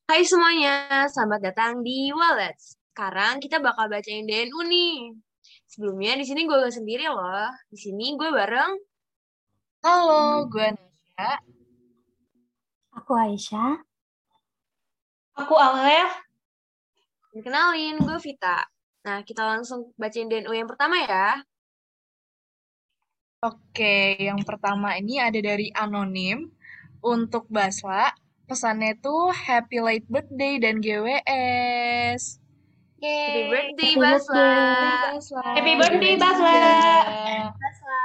Hai semuanya, selamat datang di Wallets. Sekarang kita bakal bacain DNU nih. Sebelumnya di sini gue gak sendiri loh. Di sini gue bareng. Halo, gue Nasya. Aku Aisyah. Aku Aurel. Kenalin, gue Vita. Nah, kita langsung bacain DNU yang pertama ya. Oke, yang pertama ini ada dari Anonim. Untuk Basla, pesannya tuh Happy Late Birthday dan GWS. Happy Yeay, birthday, Happy Basla. Happy birthday. Basla, Happy birthday, GWS Basla. juga. Basla.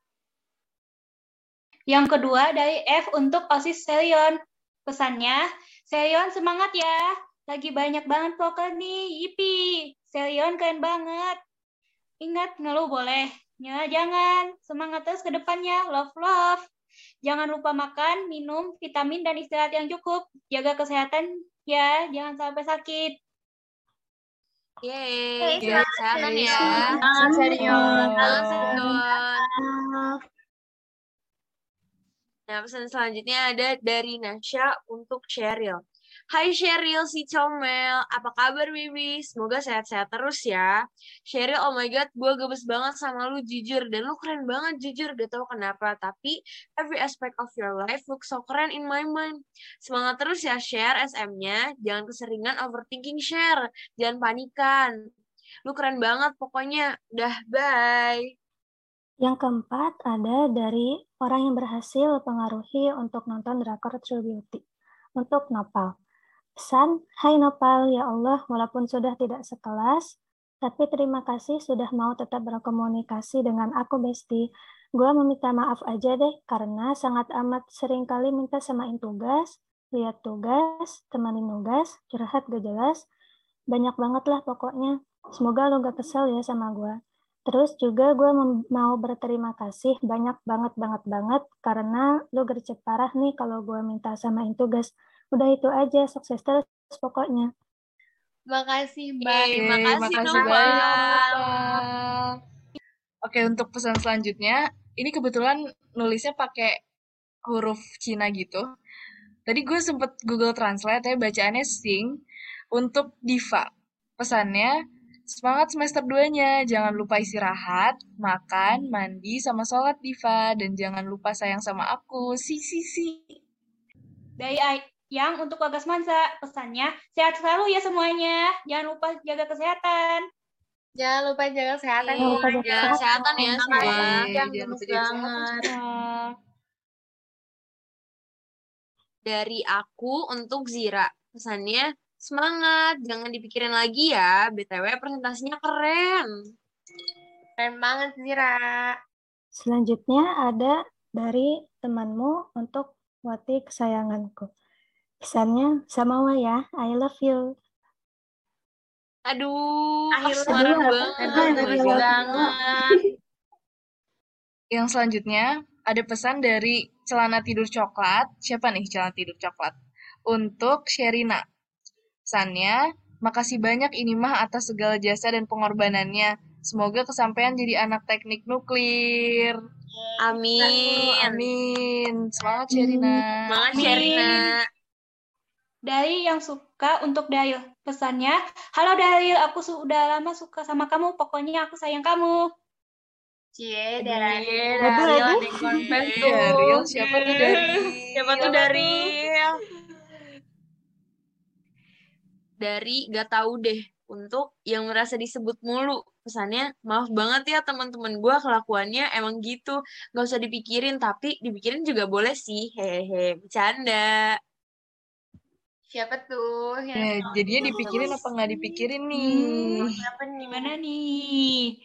Yang kedua dari F untuk OSIS Selion. Pesannya, Selion semangat ya. Lagi banyak banget proker nih. Yipi. Selion keren banget. Ingat, ngeluh boleh. Ya, jangan. Semangat terus ke depannya. Love, love. Jangan lupa makan, minum, vitamin, dan istirahat yang cukup. Jaga kesehatan ya. Jangan sampai sakit. Yeay, semangat kesehatan ya. Semangat, Senior. Salam senior. senior. Nah, pesan selanjutnya ada dari Nasya untuk Sheryl. Hai Sheryl si Comel, apa kabar baby? Semoga sehat-sehat terus ya. Sheryl, oh my god, gue gemes banget sama lu jujur. Dan lu keren banget jujur, gak tau kenapa. Tapi every aspect of your life look so keren in my mind. Semangat terus ya share SM-nya. Jangan keseringan overthinking share. Jangan panikan. Lu keren banget pokoknya. Dah, bye. Yang keempat ada dari orang yang berhasil pengaruhi untuk nonton drakor True Beauty. Untuk Nopal. Pesan, Hai Nopal, ya Allah, walaupun sudah tidak sekelas, tapi terima kasih sudah mau tetap berkomunikasi dengan aku, Besti. Gue meminta maaf aja deh, karena sangat amat sering kali minta samain tugas, lihat tugas, temanin nugas, curhat gak jelas, banyak banget lah pokoknya. Semoga lo gak kesel ya sama gue. Terus juga gue mau berterima kasih banyak banget karena lo gercep parah nih kalau gue minta samain tugas. Udah itu aja, sukses terus pokoknya. Makasih, Mbak. Yeay, Makasih, makasih banyak, Nopal. Nopal. Oke, untuk pesan selanjutnya, ini kebetulan nulisnya pakai huruf Cina gitu. Tadi gue sempet Google Translate ya, bacaannya sing untuk Diva. Pesannya, semangat semester 2-nya, jangan lupa istirahat, makan, mandi, sama sholat Diva, dan jangan lupa sayang sama aku, si. Dari yang untuk Wagas Mansa, pesannya, sehat selalu ya semuanya. Jangan lupa jaga kesehatan. Jangan lupa jaga kesehatan Jangan lupa semuanya. jaga Kesehatan ya semua. Yeay, Yang jangan gemes lupa jaga kesehatan banget. semua. Dari aku untuk Zira. Pesannya, semangat, jangan dipikirin lagi ya. BTW presentasinya keren. Keren banget, Zira. Selanjutnya ada dari temanmu untuk Wati kesayanganku. Pesannya sama Wa ya, I love you. Aduh, Akhirnya asmara aduh, banget. gemes banget. Yang selanjutnya, ada pesan dari celana tidur coklat. Siapa nih celana tidur coklat? Untuk Sherina. Pesannya, makasih banyak ini mah atas segala jasa dan pengorbanannya. Semoga kesampaian jadi anak teknik nuklir. Amin. Amin. Semangat Sherina. Semangat Sherina. Dari yang suka untuk Daryl. Pesannya, halo Daryl, aku sudah lama suka sama kamu, pokoknya aku sayang kamu. Cie, Aduh, Daryl ada yang confess tuh. Daryl, siapa tuh Daryl? Siapa tuh dari gak tahu deh untuk yang merasa disebut mulu. Pesannya, maaf banget ya teman-teman gue kelakuannya emang gitu. Gak usah dipikirin, tapi dipikirin juga boleh sih. Hehehe, bercanda. Siapa tuh? Ya, jadinya dipikirin apa nggak dipikirin nih? Siapa nih? Gimana nih?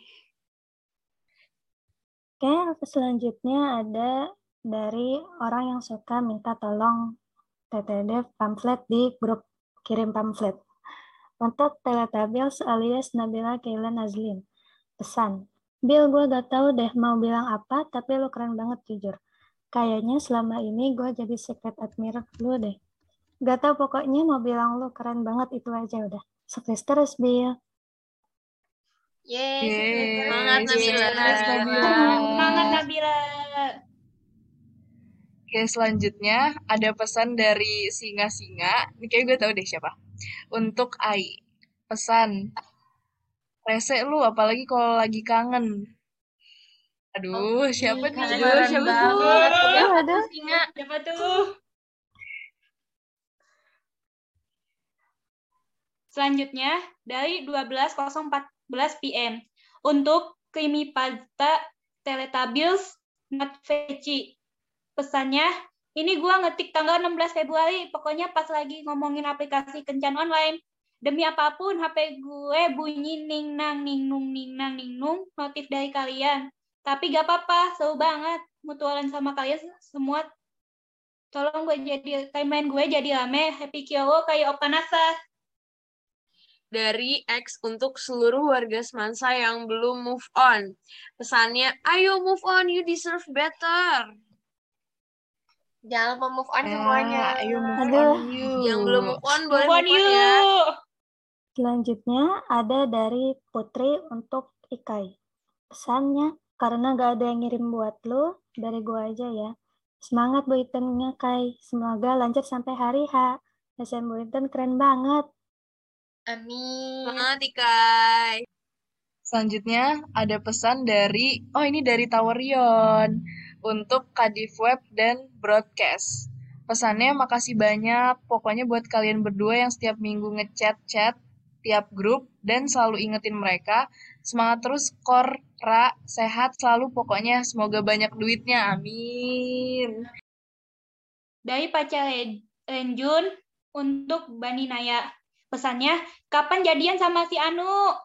Oke, selanjutnya ada dari orang yang suka minta tolong TTD pamflet di grup kirim pamflet. Untuk Teletubbies alias Nabila Keila Nazlin. Pesan, Bill, gue gak tahu deh mau bilang apa, tapi lu keren banget jujur. Kayaknya selama ini gue jadi secret admirer lu deh. Gak tahu pokoknya mau bilang lu keren banget itu aja udah. Sukses terus, Bill. Yeay, Yeay, Semangat Nabila. sukses Nabila. Semangat Nabila. Oke, selanjutnya ada pesan dari Singa-Singa. Ini kayak gue tahu deh siapa. Untuk Ai. Pesan, rese lu apalagi kalau lagi kangen. Aduh, siapa nih? Aduh, Keren siapa banget. tuh? Siapa Aduh. tuh, Singa? Siapa tuh? Selanjutnya dari 12.014 PM untuk Creamy Pasta Teletubbies Not Veggie. Pesannya, ini gua ngetik tanggal 16 Februari, pokoknya pas lagi ngomongin aplikasi kencan online. Demi apapun, HP gue bunyi ning nang ning nung notif dari kalian. Tapi gak apa-apa, seru banget mutualan sama kalian semua. Tolong gue jadi timeline gue jadi rame, happy kyowo kayak Opa Nasa. Dari X untuk seluruh warga Semansa yang belum move on. Pesannya, ayo move on, you deserve better. Jangan lupa move on semuanya. Ayo move Aduh. on yuk. Yang belum move on, boleh Move on move on ya. yuk. Selanjutnya ada dari Putri untuk Ikai. Pesannya, karena gak ada yang ngirim buat lu, dari gua aja ya. Semangat Bu Itennya, Kai. Semoga lanjut sampai hari H. Desain Bu Iten keren banget. Amin. Semangat, Ikai. Selanjutnya ada pesan dari, ini dari Tawarion untuk Kadif Web dan Broadcast. Pesannya makasih banyak, pokoknya buat kalian berdua yang setiap minggu ngechat-chat tiap grup dan selalu ingetin mereka. Semangat terus, Ra, sehat selalu pokoknya, semoga banyak duitnya, amin. Dari pacar Renjun untuk Bani Naya. Pesannya, kapan jadian sama si Anu?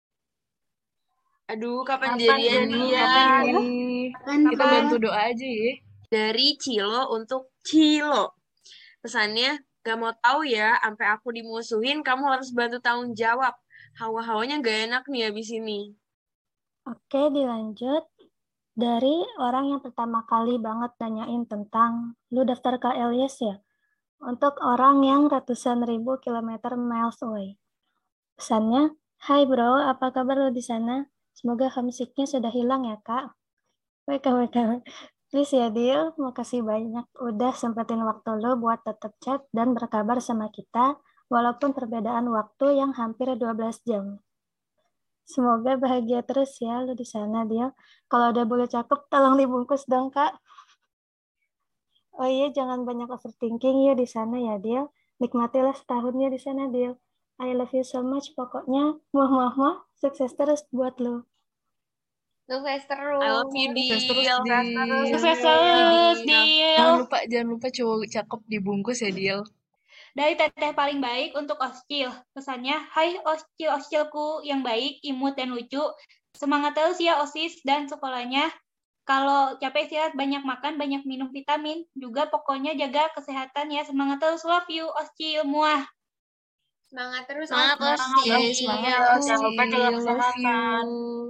Aduh, kapan Kapan jadian jadian? dia? Kapan nih? Kita bantu doa aja ya. Dari Cilo untuk Cilo. Pesannya, gak mau tahu ya, sampai aku dimusuhin, kamu harus bantu tanggung jawab. Hawa-hawanya gak enak nih abis ini. Oke, dilanjut. Dari orang yang pertama kali banget nanyain tentang, lu daftar ke LYS ya? Untuk orang yang ratusan ribu kilometer miles away. Pesannya, hai bro, apa kabar lo di sana? Semoga homesicknya sudah hilang ya kak. WKWK. Please ya Dil, makasih banyak udah sempetin waktu lo buat tetap chat dan berkabar sama kita, walaupun perbedaan waktu yang hampir 12 jam. Semoga bahagia terus ya lo di sana Dil. Kalau udah boleh cakep, tolong dibungkus dong kak. Oh iya, jangan banyak overthinking ya di sana ya Dil. Nikmatilah setahunnya di sana Dil. I love you so much pokoknya. Muah, sukses terus buat lo. Sukses terus. I love you, Sukses terus, Dil. Dil. Sukses terus, Dil. Dil. Jangan lupa cowok cakep dibungkus ya, Dil. Dari teteh paling baik untuk Oscil. Pesannya, hai Oscilku yang baik, imut, dan lucu. Semangat terus ya OSIS dan sekolahnya. Kalau capek istirahat, banyak makan, banyak minum vitamin. Juga pokoknya jaga kesehatan ya. Semangat terus, love you, Oscil, muah. Semangat terus, Semangat, Oscil. Oscil. Semangat, Jangan lupa jaga Love kesehatan. you.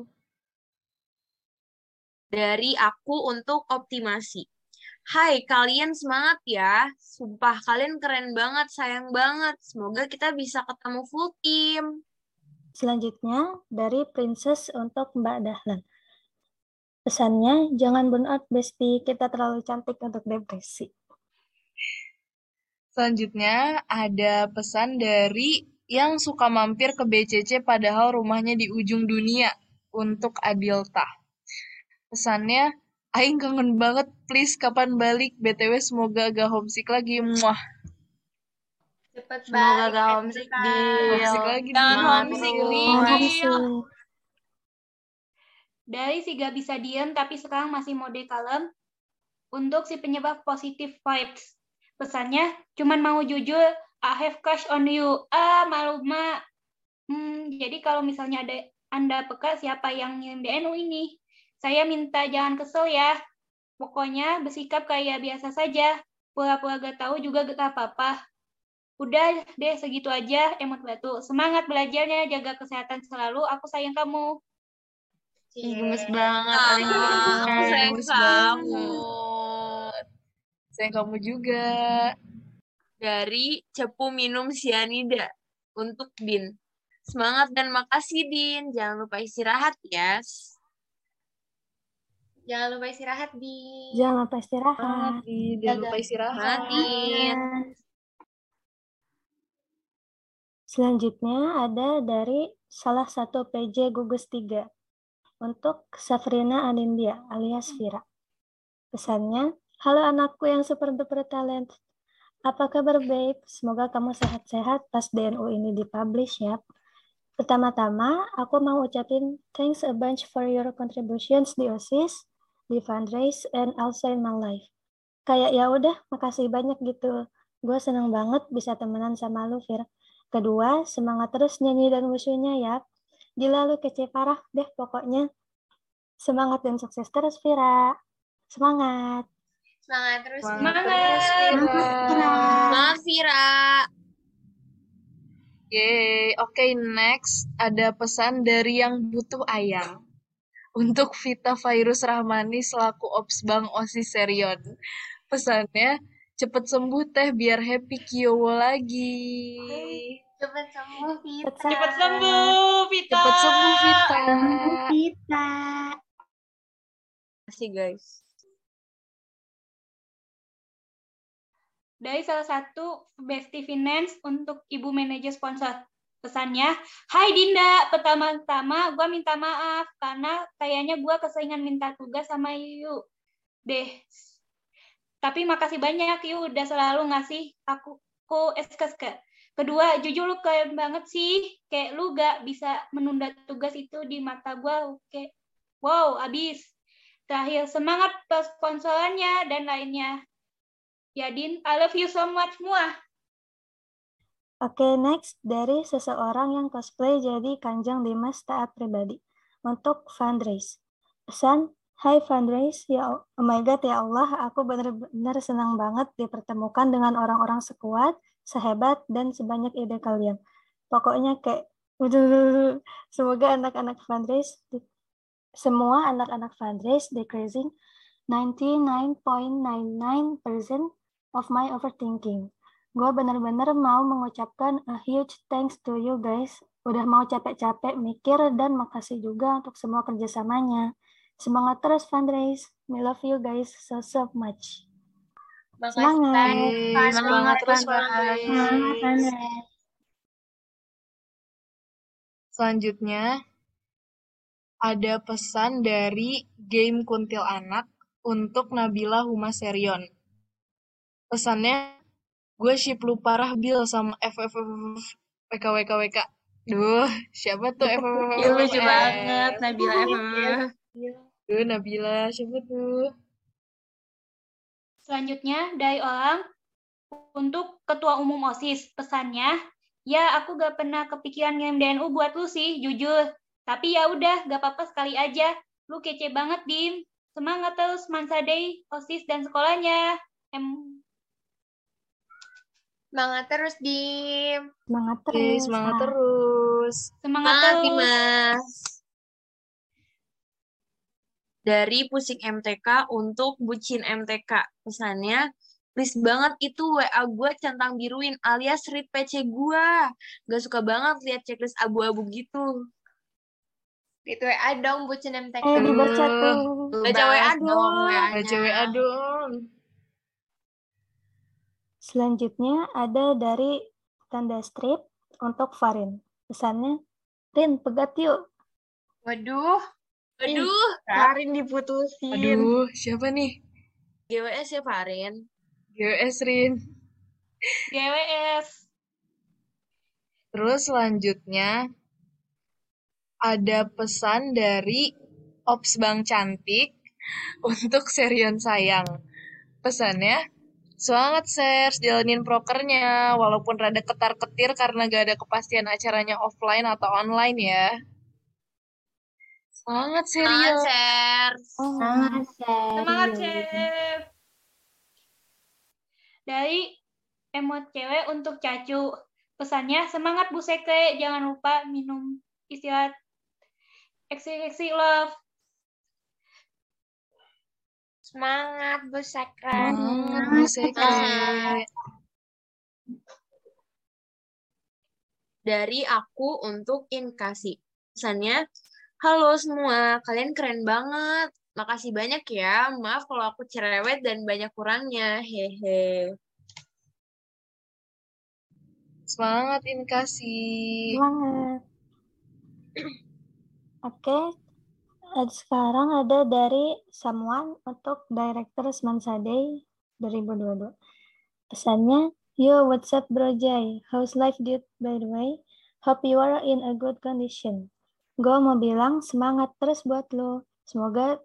Dari aku untuk optimasi. Hai, kalian semangat ya. Sumpah, kalian keren banget, sayang banget. Semoga kita bisa ketemu full team. Selanjutnya, dari Princess untuk Mbak Dahlan. Pesannya, jangan burn out, Besti. Kita terlalu cantik untuk depresi. Selanjutnya ada pesan dari yang suka mampir ke BCC padahal rumahnya di ujung dunia untuk Adilta. Pesannya, Aing kangen banget, please kapan balik? BTW semoga gak homesick lagi. Muah. Cepet Semoga balik. gak homesick, Adilta. Homesick Dil. lagi, Jangan Dil. homesick, Dil. Dari si gak bisa diem tapi sekarang masih mode kalem. Untuk si penyebab positive vibes. Pesannya, cuman mau jujur, I have crush on you. Malu, Mak. Jadi kalau misalnya ada Anda peka siapa yang ngirim DNU ini, saya minta jangan kesel ya. Pokoknya bersikap kayak biasa saja. Pura-pura gak tahu juga gak apa-apa. Udah deh segitu aja, emot batu. Semangat belajarnya, jaga kesehatan selalu. Aku sayang kamu. Gemes banget. Aku Aku sayang gemes kamu. Sayang kamu juga. Dari Cepu Minum Sianida untuk Din. Semangat dan makasih, Din. Jangan lupa istirahat, ya. Jangan lupa istirahat di. Jangan lupa istirahat. Jangan lupa istirahat. Matiin. Selanjutnya ada dari salah satu PJ Gugus 3 untuk Safrina Anindya alias Vira. Pesannya, halo anakku yang super duper talent. Apa kabar babe? Semoga kamu sehat-sehat pas DNU ini dipublish ya. Pertama-tama, aku mau ucapin thanks a bunch for your contributions di OSIS, di fundraise, and also in my life. Kayak ya udah, makasih banyak gitu. Gue seneng banget bisa temenan sama lu, Fir. Kedua, semangat terus nyanyi dan wusunya ya. Gila lu kece parah deh pokoknya. Semangat dan sukses terus, Vira. Semangat. Semangat terus. Semangat Vira. terus, Vira. Semangat Vira. Yeay, oke, next ada pesan dari yang butuh ayang untuk Vita Virus Rahmani selaku Ops Bang OSIS Serion. Pesannya, cepet sembuh teh biar happy Kiowo lagi. Cepet sembuh, Vita. Cepet sembuh, Vita. Cepet sembuh, Vita. Vita. Makasih guys. Dari salah satu Bestie Finance untuk Ibu Manajer Sponsor. Pesannya, hai Dinda, pertama-tama gue minta maaf karena kayaknya gue keseringan minta tugas sama Yu deh. Tapi makasih banyak Yu udah selalu ngasih aku SKSK. Kedua, jujur lu keren banget sih. Kayak lu gak bisa menunda tugas itu di mata gue. Oke. Wow, abis. Terakhir, semangat sponsorannya dan lainnya. Ya Din, I love you so much, muah. Oke, next dari seseorang yang cosplay jadi Kanjeng Dimas taat pribadi untuk fundraise. Pesan, hai fundraise, ya oh my god ya Allah, aku benar-benar senang banget dipertemukan dengan orang-orang sekuat, sehebat, dan sebanyak ide kalian. Pokoknya kayak, semoga anak-anak fundraise, semua anak-anak fundraise decreasing 99.99% of my overthinking. Gue benar-benar mau mengucapkan a huge thanks to you guys. Udah mau capek-capek mikir dan makasih juga untuk semua kerjasamanya. Semangat terus fundraise. We love you guys so much. Semangat. Semangat terus, fundraise. Selanjutnya, ada pesan dari Game Kuntil Anak untuk Nabila Humaserion. Pesannya, gue ship lu parah Bil sama WKWKWK. Duh, siapa tuh Ya, lucu banget, Nabila. Duh, Nabila, siapa tuh? Selanjutnya dari orang untuk Ketua Umum OSIS. Pesannya, ya aku gak pernah kepikiran ngirim DNU buat lu sih, jujur. Tapi ya udah, gak apa-apa sekali aja. Lu kece banget, Dim. Semangat terus Mansa Day, OSIS dan sekolahnya. Semangat terus, Dim. Semangat terus. Semangat terus. Semangat terus. Dimas. Dari Pusing MTK untuk Bucin MTK. Pesannya, please banget itu WA gue centang biruin alias read PC gue. Gak suka banget lihat checklist abu-abu gitu. Itu WA dong, Bucin MTK. Dibaca tuh. Baca WA dong. Baca WA dong. Selanjutnya ada dari tanda strip untuk Farin. Pesannya, Rin, pegat yuk. Waduh. Farin diputusin. Aduh, siapa nih? GWS ya Farin. GWS, Rin. GWS. Terus selanjutnya ada pesan dari Ops Bang Cantik untuk Serion Sayang. Pesannya, semangat Sers, jalanin prokernya, walaupun rada ketar-ketir karena gak ada kepastian acaranya offline atau online ya. Semangat Serion. Semangat, Chef. Dari emot cewek untuk Cacu. Pesannya, semangat Bu Sekre, jangan lupa minum istirahat. Eksi love. Semangat, Bu Sekre. Semangat Bu Sekre. Dari aku untuk Inkasi. Pesannya, halo semua, kalian keren banget. Makasih banyak ya. Maaf kalau aku cerewet dan banyak kurangnya. Hehe. Semangat Inkasi. Semangat. Oke, sekarang ada dari someone untuk Director Semansa Day 2022. Pesannya, yo, what's up bro Jai? How's life dude by the way? Hope you are in a good condition. Gue mau bilang semangat terus buat lo. Semoga,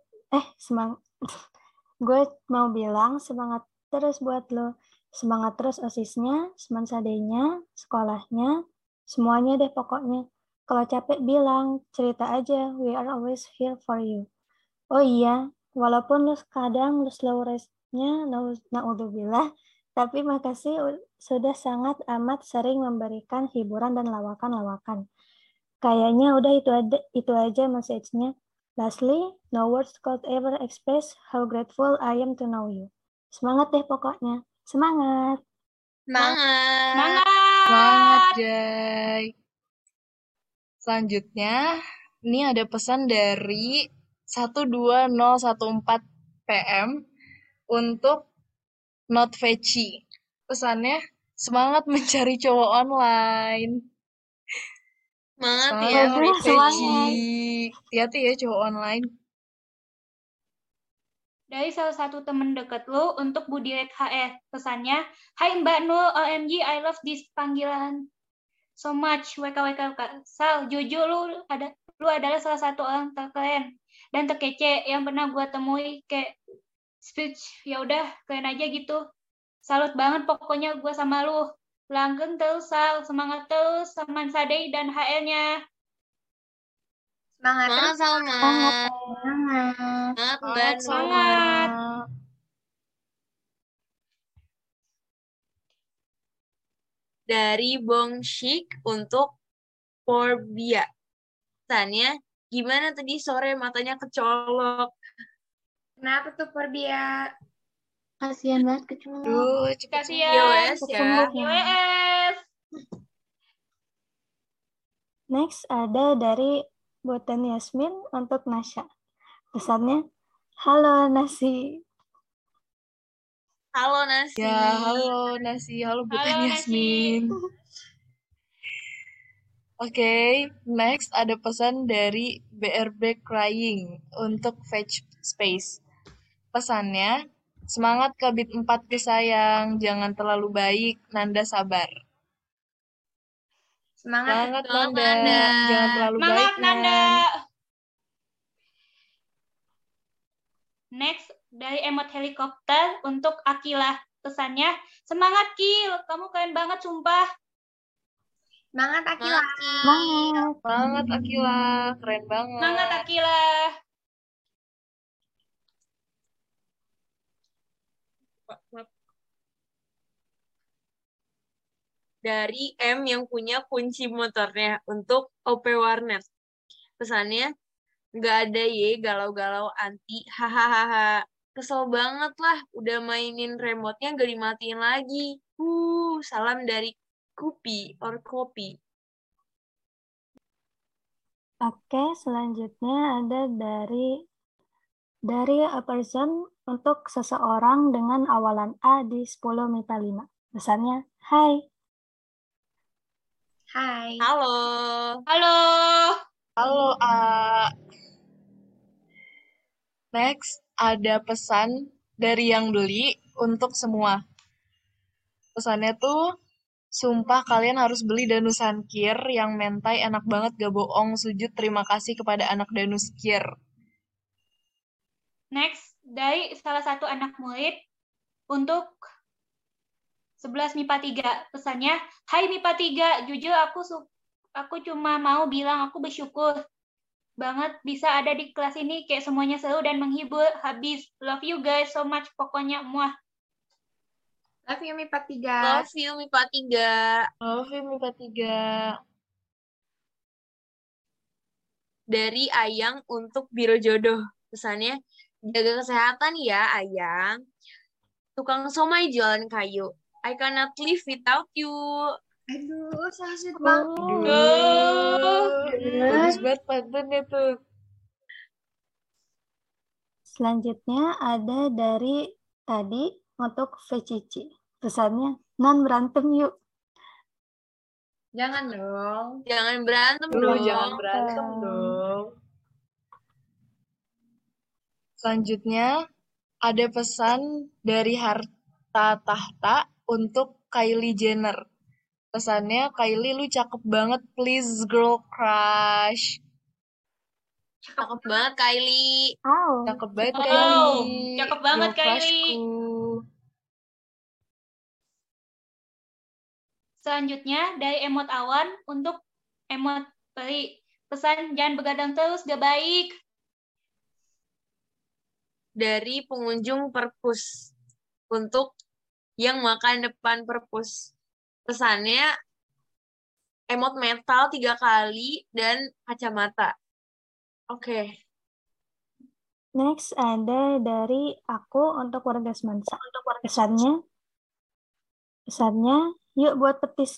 gue mau bilang semangat terus buat lo. Semangat terus OSIS-nya, Semansadenya, sekolahnya, semuanya deh pokoknya. Kalau capek bilang, cerita aja, we are always here for you. Oh iya, walaupun lu kadang lu slow rest-nya, na'udzubillah, tapi makasih sudah sangat amat sering memberikan hiburan dan lawakan-lawakan. Kayaknya udah itu aja message-nya. Lastly, no words could ever express how grateful I am to know you. Semangat deh pokoknya. Semangat. Semangat. Semangat, Jai. Selanjutnya, ini ada pesan dari 12014 PM untuk Not Veci. Pesannya, semangat mencari cowok online. Semangat Semangat ya, Not Veci. Veci. Hati-hati ya cowok online. Dari salah satu temen deket lu untuk Budiret HR. Pesannya, Hai Mbak Nul, OMG, I love this panggilan so much. WKWK. Sal, jujur lu adalah salah satu orang terkeren dan terkece yang pernah gue temui. Kayak speech, ya udah keren aja gitu. Salut banget pokoknya gue sama lu. Langgeng terus Sal, semangat terus Saman Sadei dan HR-nya. Semangat Semangat terus. Salma. Semangat. Semangat Mbak Nur. Semangat. Dari Bong Shik untuk Forbia. Pesannya, gimana tadi sore matanya kecolok? Kenapa tuh Forbia? Kasihan banget kecolok. Duh, cepet Kasian. YWS ya. IWS. Next ada dari Botan Yasmin untuk Nasya. Pesannya, halo nasi. Halo Nasi. Ya, halo Nasi. Halo Butan Halo, Yasmin. Oke, next ada pesan dari BRB Crying untuk Fetch Space. Pesannya, semangat Kabit 4 ke sayang, jangan terlalu baik, Nanda sabar. Semangat. Semangat Nanda, jangan terlalu baik Semangat Nanda. Nan. Next, dari emot helikopter untuk Akila. Pesannya, semangat Kil, kamu keren banget sumpah. Semangat Akila. Semangat. Semangat Akila, keren banget. Semangat Akila. Dari M yang punya kunci motornya untuk OP Warnet. Pesannya, nggak ada ye galau-galau anti, hahaha. Kesel banget lah, udah mainin remote-nya nggak dimatiin lagi. Salam dari Kupi or Kopi. Oke, selanjutnya ada dari a person untuk seseorang dengan awalan A di 10 MIPA 5. Pesannya, hai. Hai. Halo. Halo. Halo A. Next, ada pesan dari yang beli untuk semua. Pesannya tuh, sumpah kalian harus beli Danus Sankir yang mentai enak banget gak bohong. Sujud terima kasih kepada anak Danus Kir. Next, dari salah satu anak murid untuk 11 MIPA 3. Pesannya, Hai MIPA 3, jujur aku cuma mau bilang aku bersyukur banget bisa ada di kelas ini, kayak semuanya seru dan menghibur. Habis, love you guys so much, pokoknya muah. Love you MIPA 3. Love you MIPA 3. Love you MIPA 3. Dari Ayang untuk Biro Jodoh. Pesannya, jaga kesehatan ya Ayang. Tukang somai jualan kayu. I cannot live without you. Aduh, so sweet banget. Aduh, bagus banget pantunnya tuh. Selanjutnya ada dari tadi untuk VCC. Pesannya, non berantem yuk. Jangan dong. Jangan berantem Jangan dong. berantem dong. Selanjutnya ada pesan dari Harta Tahta untuk Kylie Jenner. Pesannya, Kylie lu cakep banget, please girl crush. Cakep banget Kylie. Oh, Cakep banget Wow, Kylie. cakep banget, Girl crushku. Selanjutnya dari emot awan untuk emot peri. Pesan jangan begadang terus, gak baik. Dari pengunjung perpus untuk yang makan depan perpus. Pesannya emot metal 3 kali dan kacamata. Oke. next ada dari aku untuk warga Semansa. Pesannya, yuk buat petisi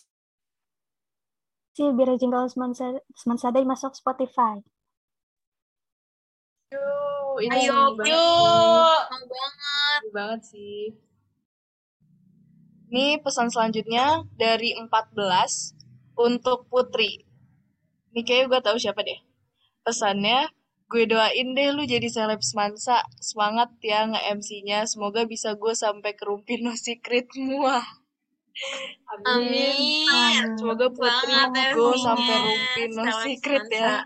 biar jingle Semansa Day masuk Spotify. Ini Ayo, seru banget yuk. sih. Mau banget. Seru banget sih. Ini pesan selanjutnya dari 14 untuk Putri. Ini kayaknya gue tahu siapa deh. Pesannya, gue doain deh lu jadi seleb Semansa. Semangat ya nge-MC-nya. Semoga bisa gue sampai ke Rumpi No Secret-mu. Wah. Amin. Amin. Semoga Putri Banget go MC-nya. sampai Rumpi No Seleb Secret Semansa. ya.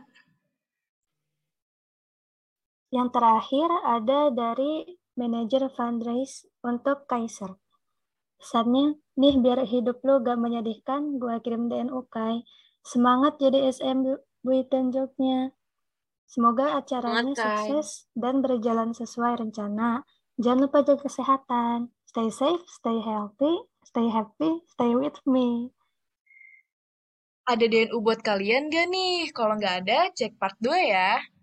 Yang terakhir ada dari manajer fundraise untuk Kaiser. Pesannya, nih biar hidup lu gak menyedihkan, gue kirim DNU Kai. Semangat jadi SM Buitan Jognya. Semoga acaranya Semangat, Kai. sukses dan berjalan sesuai rencana. Jangan lupa jaga kesehatan. Stay safe, stay healthy, stay happy, stay with me. Ada DNU buat kalian gak nih? Kalau nggak ada, cek part 2 ya.